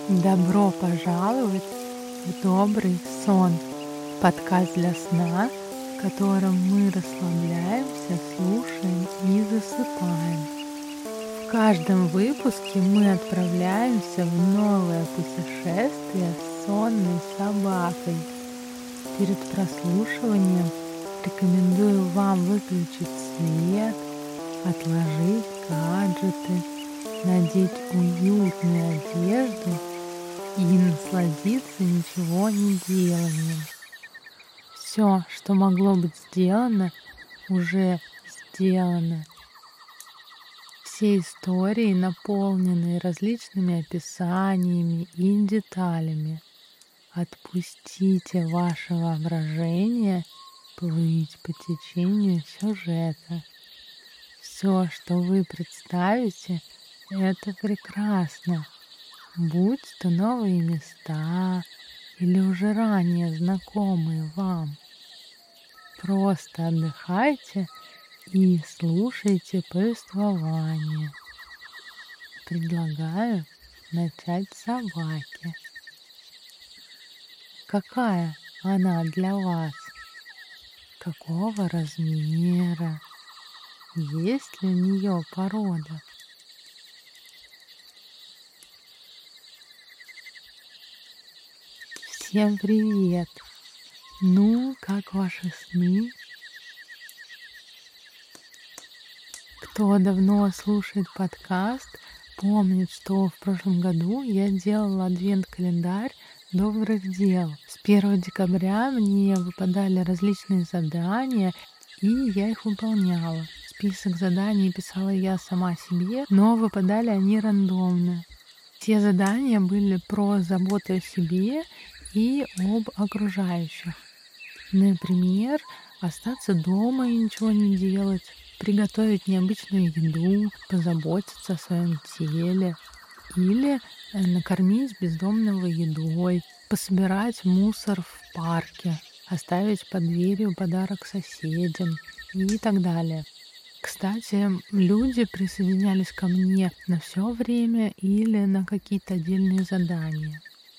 Добро пожаловать в добрый сон. Подкаст для сна, в котором мы расслабляемся, слушаем и засыпаем. В каждом выпуске мы отправляемся в новое путешествие с сонной собакой. Перед прослушиванием рекомендую вам выключить свет, отложить гаджеты, надеть уютную одежду и насладиться ничего не деланием. Все, что могло быть сделано, уже сделано. Все истории наполнены различными описаниями и деталями. Отпустите ваше воображение плыть по течению сюжета. Все, что вы представите, это прекрасно. Будь то новые места или уже ранее знакомые вам. Просто отдыхайте и слушайте повествование. Предлагаю начать с собаки. Какая она для вас? Какого размера? Есть ли у нее порода? Всем привет! Ну, как ваши сны? Кто давно слушает подкаст, помнит, что в прошлом году я делала адвент-календарь добрых дел. С 1 декабря мне выпадали различные задания, и я их выполняла. Список заданий писала я сама себе, но выпадали они рандомно. Те задания были про заботу о себе и об окружающих. Например, остаться дома и ничего не делать, приготовить необычную еду, позаботиться о своем теле или накормить бездомного едой, пособирать мусор в парке, оставить под дверью подарок соседям и так далее. Кстати, люди присоединялись ко мне на все время или на какие-то отдельные задания.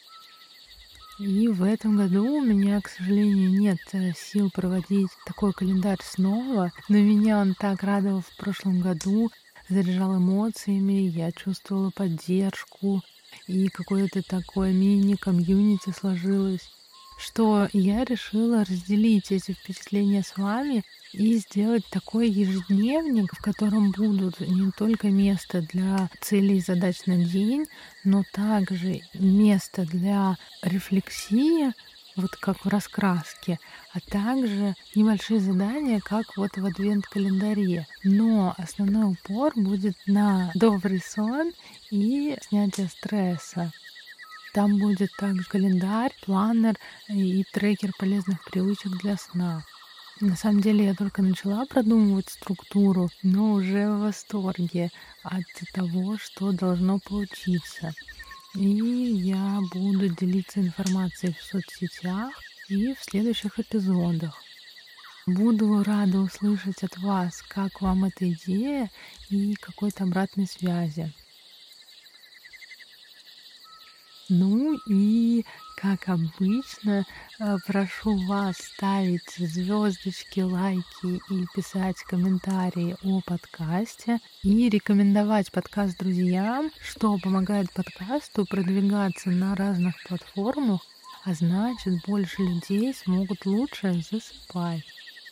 И в этом году у меня, к сожалению, нет сил проводить такой календарь снова, но меня он так радовал в прошлом году, заряжал эмоциями, я чувствовала поддержку, и какое-то такое мини-комьюнити сложилось, что я решила разделить эти впечатления с вами и сделать такой ежедневник, в котором будут не только место для целей и задач на день, но также место для рефлексии, вот как в раскраске, а также небольшие задания, как вот в адвент-календаре. Но основной упор будет на добрый сон и снятие стресса. Там будет также календарь, планер и трекер полезных привычек для сна. На самом деле я только начала продумывать структуру, но уже в восторге от того, что должно получиться. И я буду делиться информацией в соцсетях и в следующих эпизодах. Буду рада услышать от вас, как вам эта идея и какой-то обратной связи. Ну и, как обычно, прошу вас ставить звездочки, лайки и писать комментарии о подкасте и рекомендовать подкаст друзьям, что помогает подкасту продвигаться на разных платформах, а значит, больше людей смогут лучше засыпать.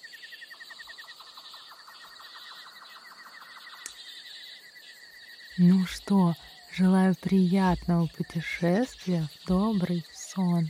Ну что, желаю приятного путешествия в добрый сон.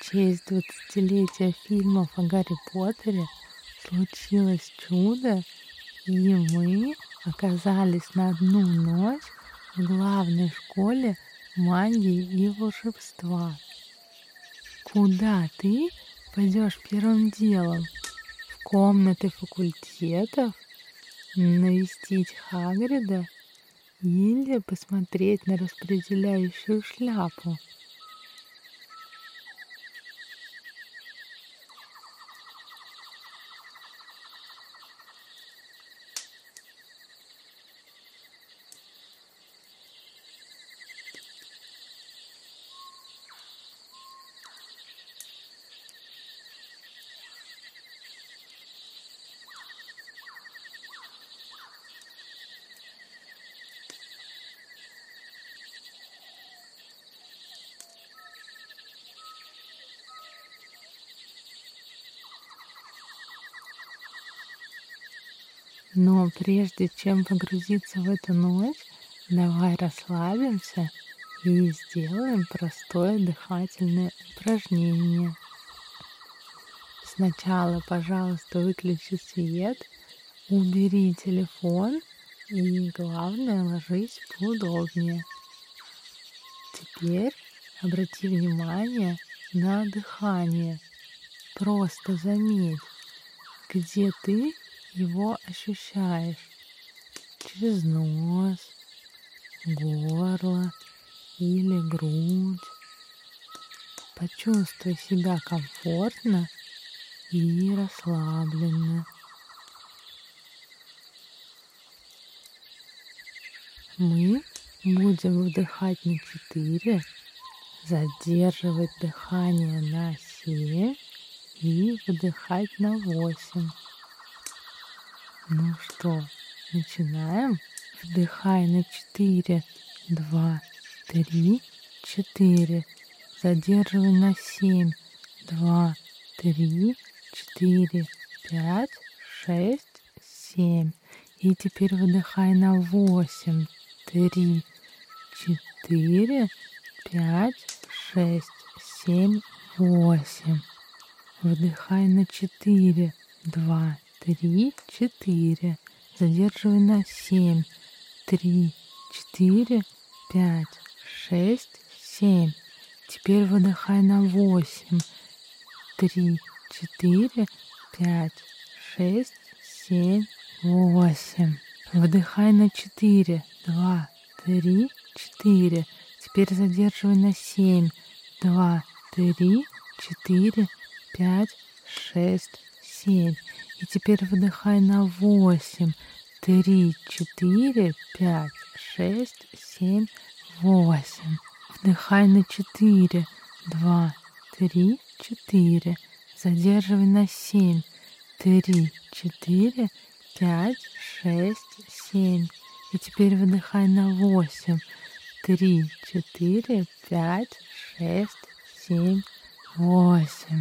честь 20-летия фильмов о Гарри Поттере случилось чудо, и мы оказались на одну ночь в главной школе магии и волшебства. Куда ты пойдешь первым делом? В комнаты факультетов? Навестить Хагрида? Или посмотреть на распределяющую шляпу? Но прежде чем погрузиться в эту ночь, давай расслабимся и сделаем простое дыхательное упражнение. Сначала, пожалуйста, выключи свет, убери телефон и, главное, ложись поудобнее. Теперь обрати внимание на дыхание. Просто заметь, где ты его ощущаешь. Через нос, горло или грудь. Почувствуй себя комфортно и расслабленно. Мы будем вдыхать на 4, задерживать дыхание на 7 и выдыхать на 8. Ну что, начинаем? Вдыхай на 4, 2, 3, 4. Задерживай на 7, 2, 3, 4, 5, 6, 7. И теперь выдыхай на 8, 3, 4, 5, 6, 7, 8. Вдыхай на 4, 2, 3, 4. Задерживай на 7, 3, 4, 5, 6, 7. Теперь выдыхай на 8, 3, 4, 5, 6, 7, 8. Вдыхай на 4, 2, 3, 4. Теперь задерживай на 7, 2, 3, 4, 5, 6, 7. И теперь выдыхай на 8, 3, 4, 5, 6, 7, 8. Вдыхай на 4, 2, 3, 4. Задерживай на 7, 3, 4, 5, 6, 7. И теперь выдыхай на 8, 3, 4, 5, 6, 7, 8.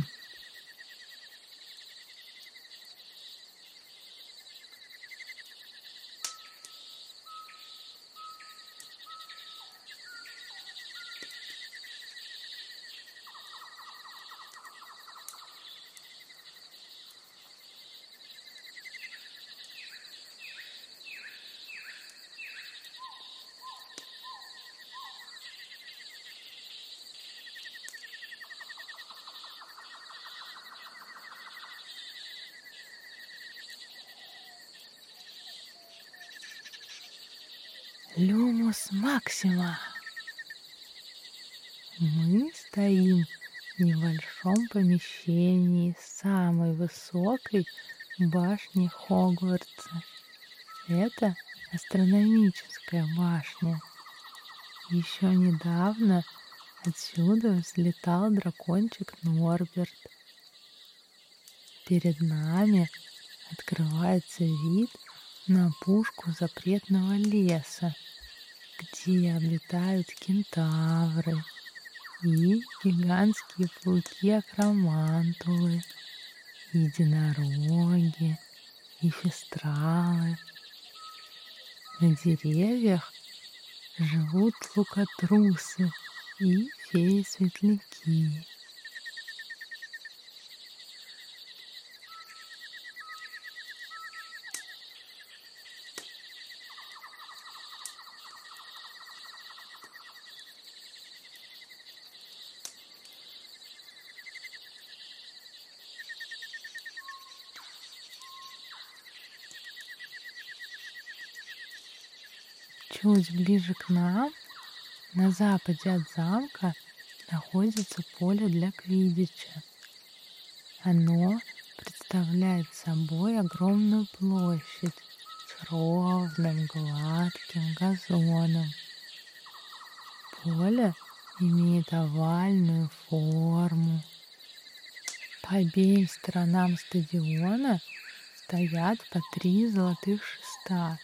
Люмус Максима. Мы стоим в небольшом помещении самой высокой башни Хогвартса. Это астрономическая башня. Еще недавно отсюда взлетал дракончик Норберт. Перед нами открывается вид на опушку запретного леса, где обитают кентавры и гигантские пауки-акромантулы, единороги и фестралы. На деревьях живут лукотрусы и феи-светляки. Чуть ближе к нам, на западе от замка, находится поле для квиддича. Оно представляет собой огромную площадь с ровным гладким газоном. Поле имеет овальную форму. По обеим сторонам стадиона стоят по 3 золотых шеста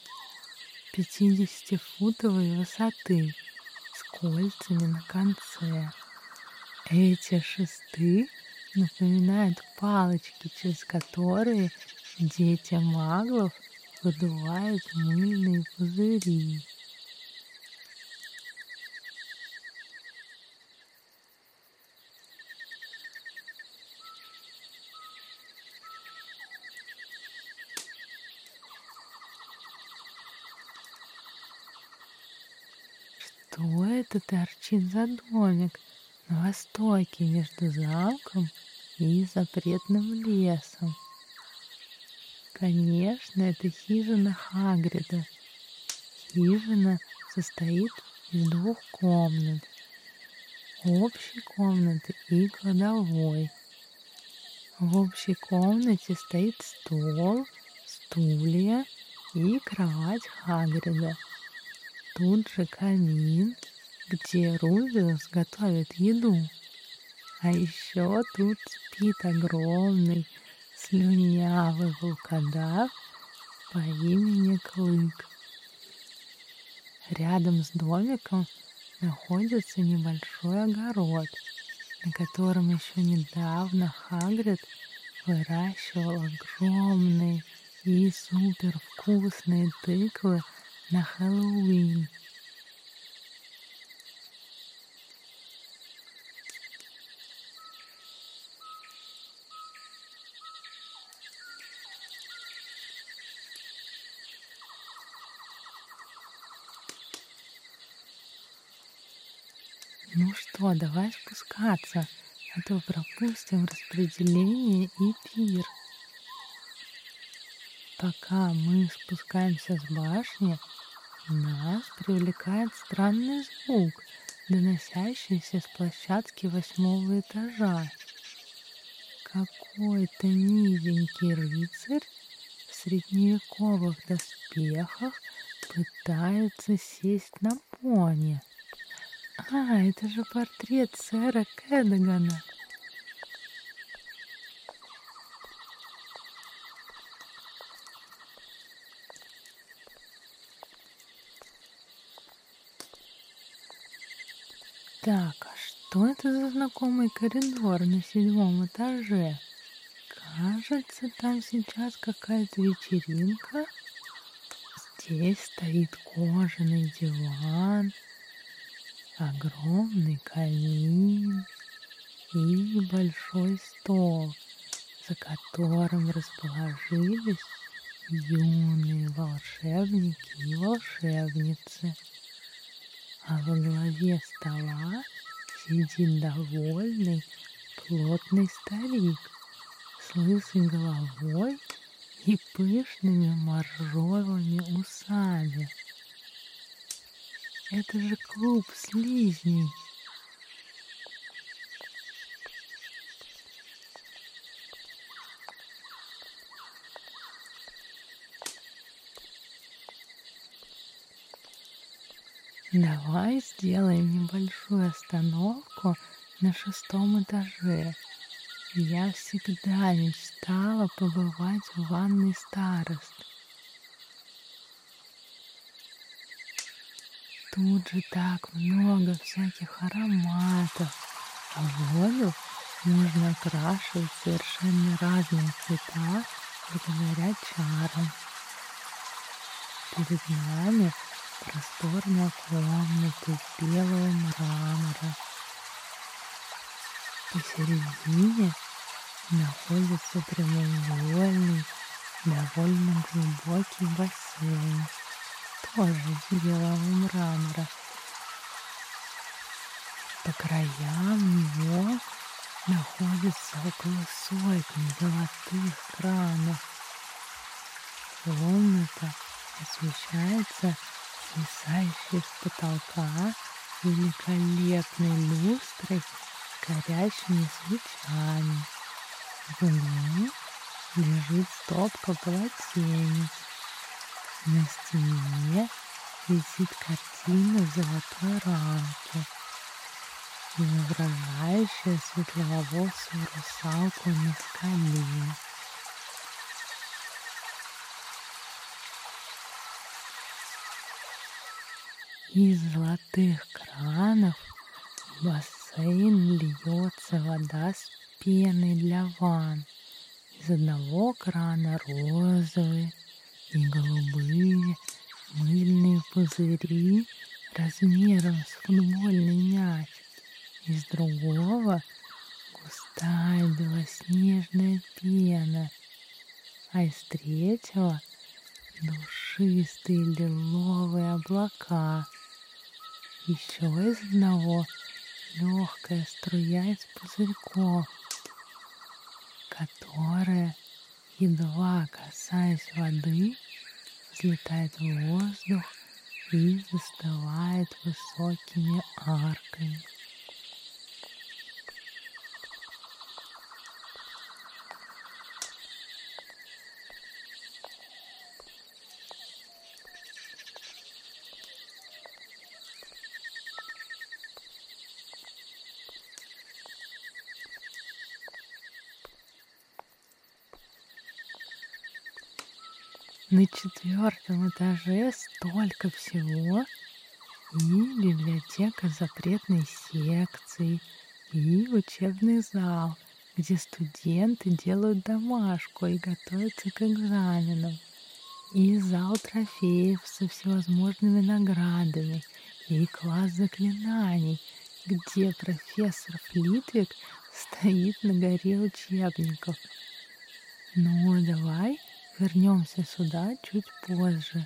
50-футовой высоты с кольцами на конце. Эти шесты напоминают палочки, через которые дети маглов выдувают мыльные пузыри. Что это торчит за домик на востоке между замком и запретным лесом? Конечно, это хижина Хагрида. Хижина состоит из 2 комнат. Общей комнаты и кладовой. В общей комнате стоит стол, стулья и кровать Хагрида. Тут же камин, где Рубиус готовит еду. А еще тут спит огромный слюнявый волкодав по имени Клык. Рядом с домиком находится небольшой огород, на котором еще недавно Хагрид выращивал огромные и супервкусные тыквы на Хэллоуин. Ну что, давай спускаться, а то пропустим распределение и пир. Пока мы спускаемся с башни, нас привлекает странный звук, доносящийся с площадки 8-го этажа. Какой-то низенький рыцарь в средневековых доспехах пытается сесть на пони. Это же портрет сэра Кэдагана. Так, а что это за знакомый коридор на 7-м этаже? Кажется, там сейчас какая-то вечеринка. Здесь стоит кожаный диван, огромный камин и большой стол, за которым расположились юные волшебники и волшебницы. А во главе стола сидит довольный, плотный старик с лысой головой и пышными моржовыми усами. Это же клуб слизней. Давай сделаем небольшую остановку на 6-м этаже. Я всегда мечтала побывать в ванной старост. Тут же так много всяких ароматов, а воду можно окрашивать в совершенно разные цвета благодаря чарам. Перед нами просторная комната из белого мрамора. Посередине находится прямоугольный, довольно глубокий бассейн, тоже из белого мрамора. По краям него находится около 100 золотых кранов. Комната освещается свисающей с потолка великолепной люстрой с горящими свечами. В углу лежит стопка полотенец. На стене висит картина в золотой рамке, изображающая светловолосую русалку на скале. Из золотых кранов в бассейн льется вода с пеной для ванн. Из одного крана розовые и голубые мыльные пузыри размером с футбольный мяч. Из другого густая белоснежная пена, а из третьего душистые лиловые облака. Еще из одного легкая струя из пузырьков, которая, едва касаясь воды, взлетает в воздух и застывает высокими арками. На 4-м этаже столько всего: и библиотека с запретной секцией, и учебный зал, где студенты делают домашку и готовятся к экзаменам, и зал трофеев со всевозможными наградами, и класс заклинаний, где профессор Флитвик стоит на горе учебников. Ну, давай вернемся сюда чуть позже.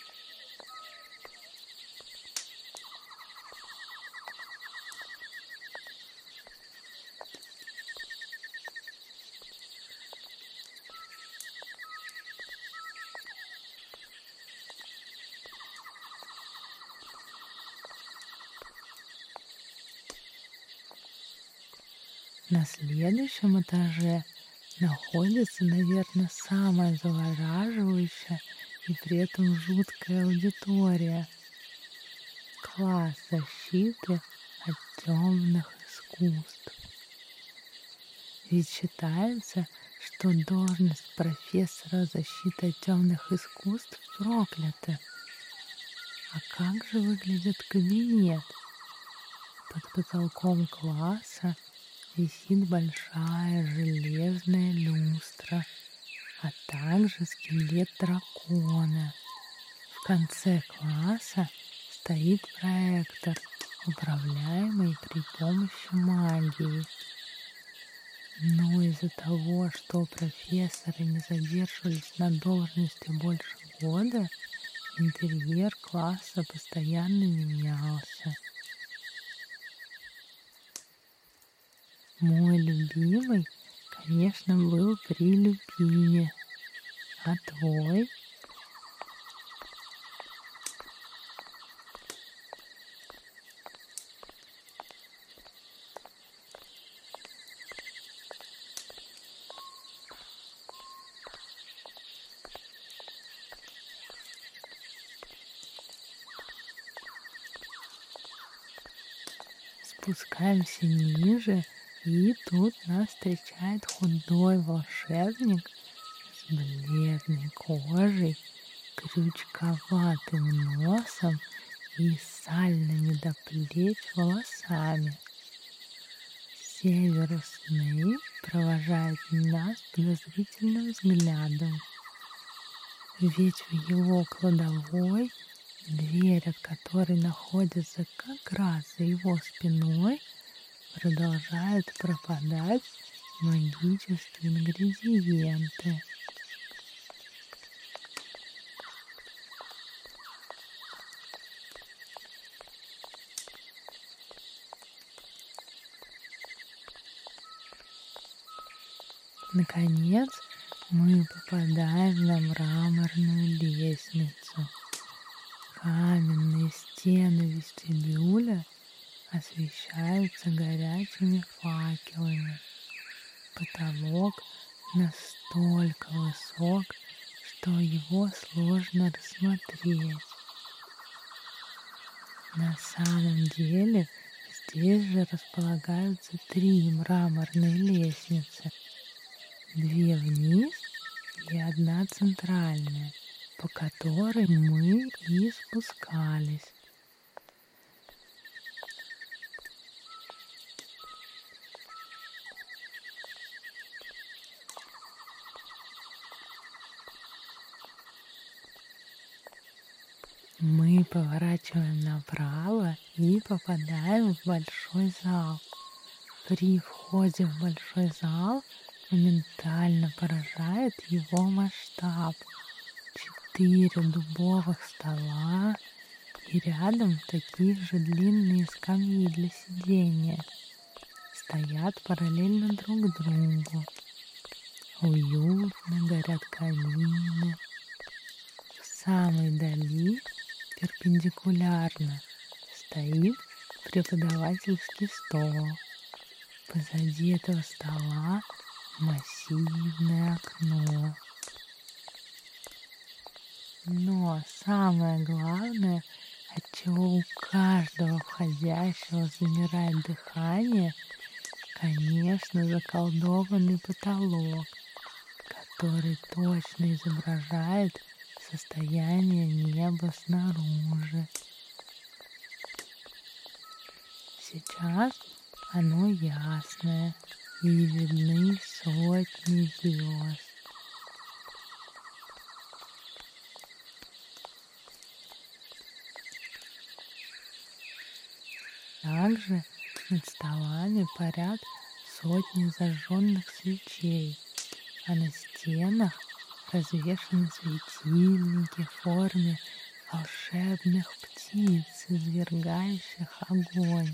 На следующем этаже находится, наверное, самая завораживающая и при этом жуткая аудитория — класс защиты от темных искусств. Ведь считается, что должность профессора защиты от темных искусств проклята. А как же выглядит кабинет? Под потолком класса висит большая железная люстра, а также скелет дракона. В конце класса стоит проектор, управляемый при помощи магии. Но из-за того, что профессоры не задерживались на должности больше года, интерьер класса постоянно менялся. Мой любимый, конечно, был при Люпине. А твой? Спускаемся ниже, и тут нас встречает худой волшебник с бледной кожей, крючковатым носом и сальными до плеч волосами. Северус Снейп провожает нас подозрительным взглядом, ведь в его кладовой, дверь от которой находится как раз за его спиной, продолжают пропадать магические ингредиенты. Наконец, мы попадаем на мраморную лестницу. Каменные стены вестибюля освещаются горячими факелами. Потолок настолько высок, что его сложно рассмотреть. На самом деле здесь же располагаются 3 мраморные лестницы. 2 вниз и 1 центральная, по которой мы и спускались. Мы поворачиваем направо и попадаем в большой зал. При входе в большой зал моментально поражает его масштаб. 4 дубовых стола и рядом такие же длинные скамьи для сидения. Стоят параллельно друг другу. Уютно горят камины. В самой дали, перпендикулярно, стоит преподавательский стол. Позади этого стола массивное окно. Но самое главное, отчего у каждого входящего замирает дыхание, конечно, заколдованный потолок, который точно изображает состояние неба снаружи. Сейчас оно ясное, и видны сотни звезд. Также над столами парят сотни зажженных свечей, а на стенах развешаны светильники в форме волшебных птиц, извергающих огонь.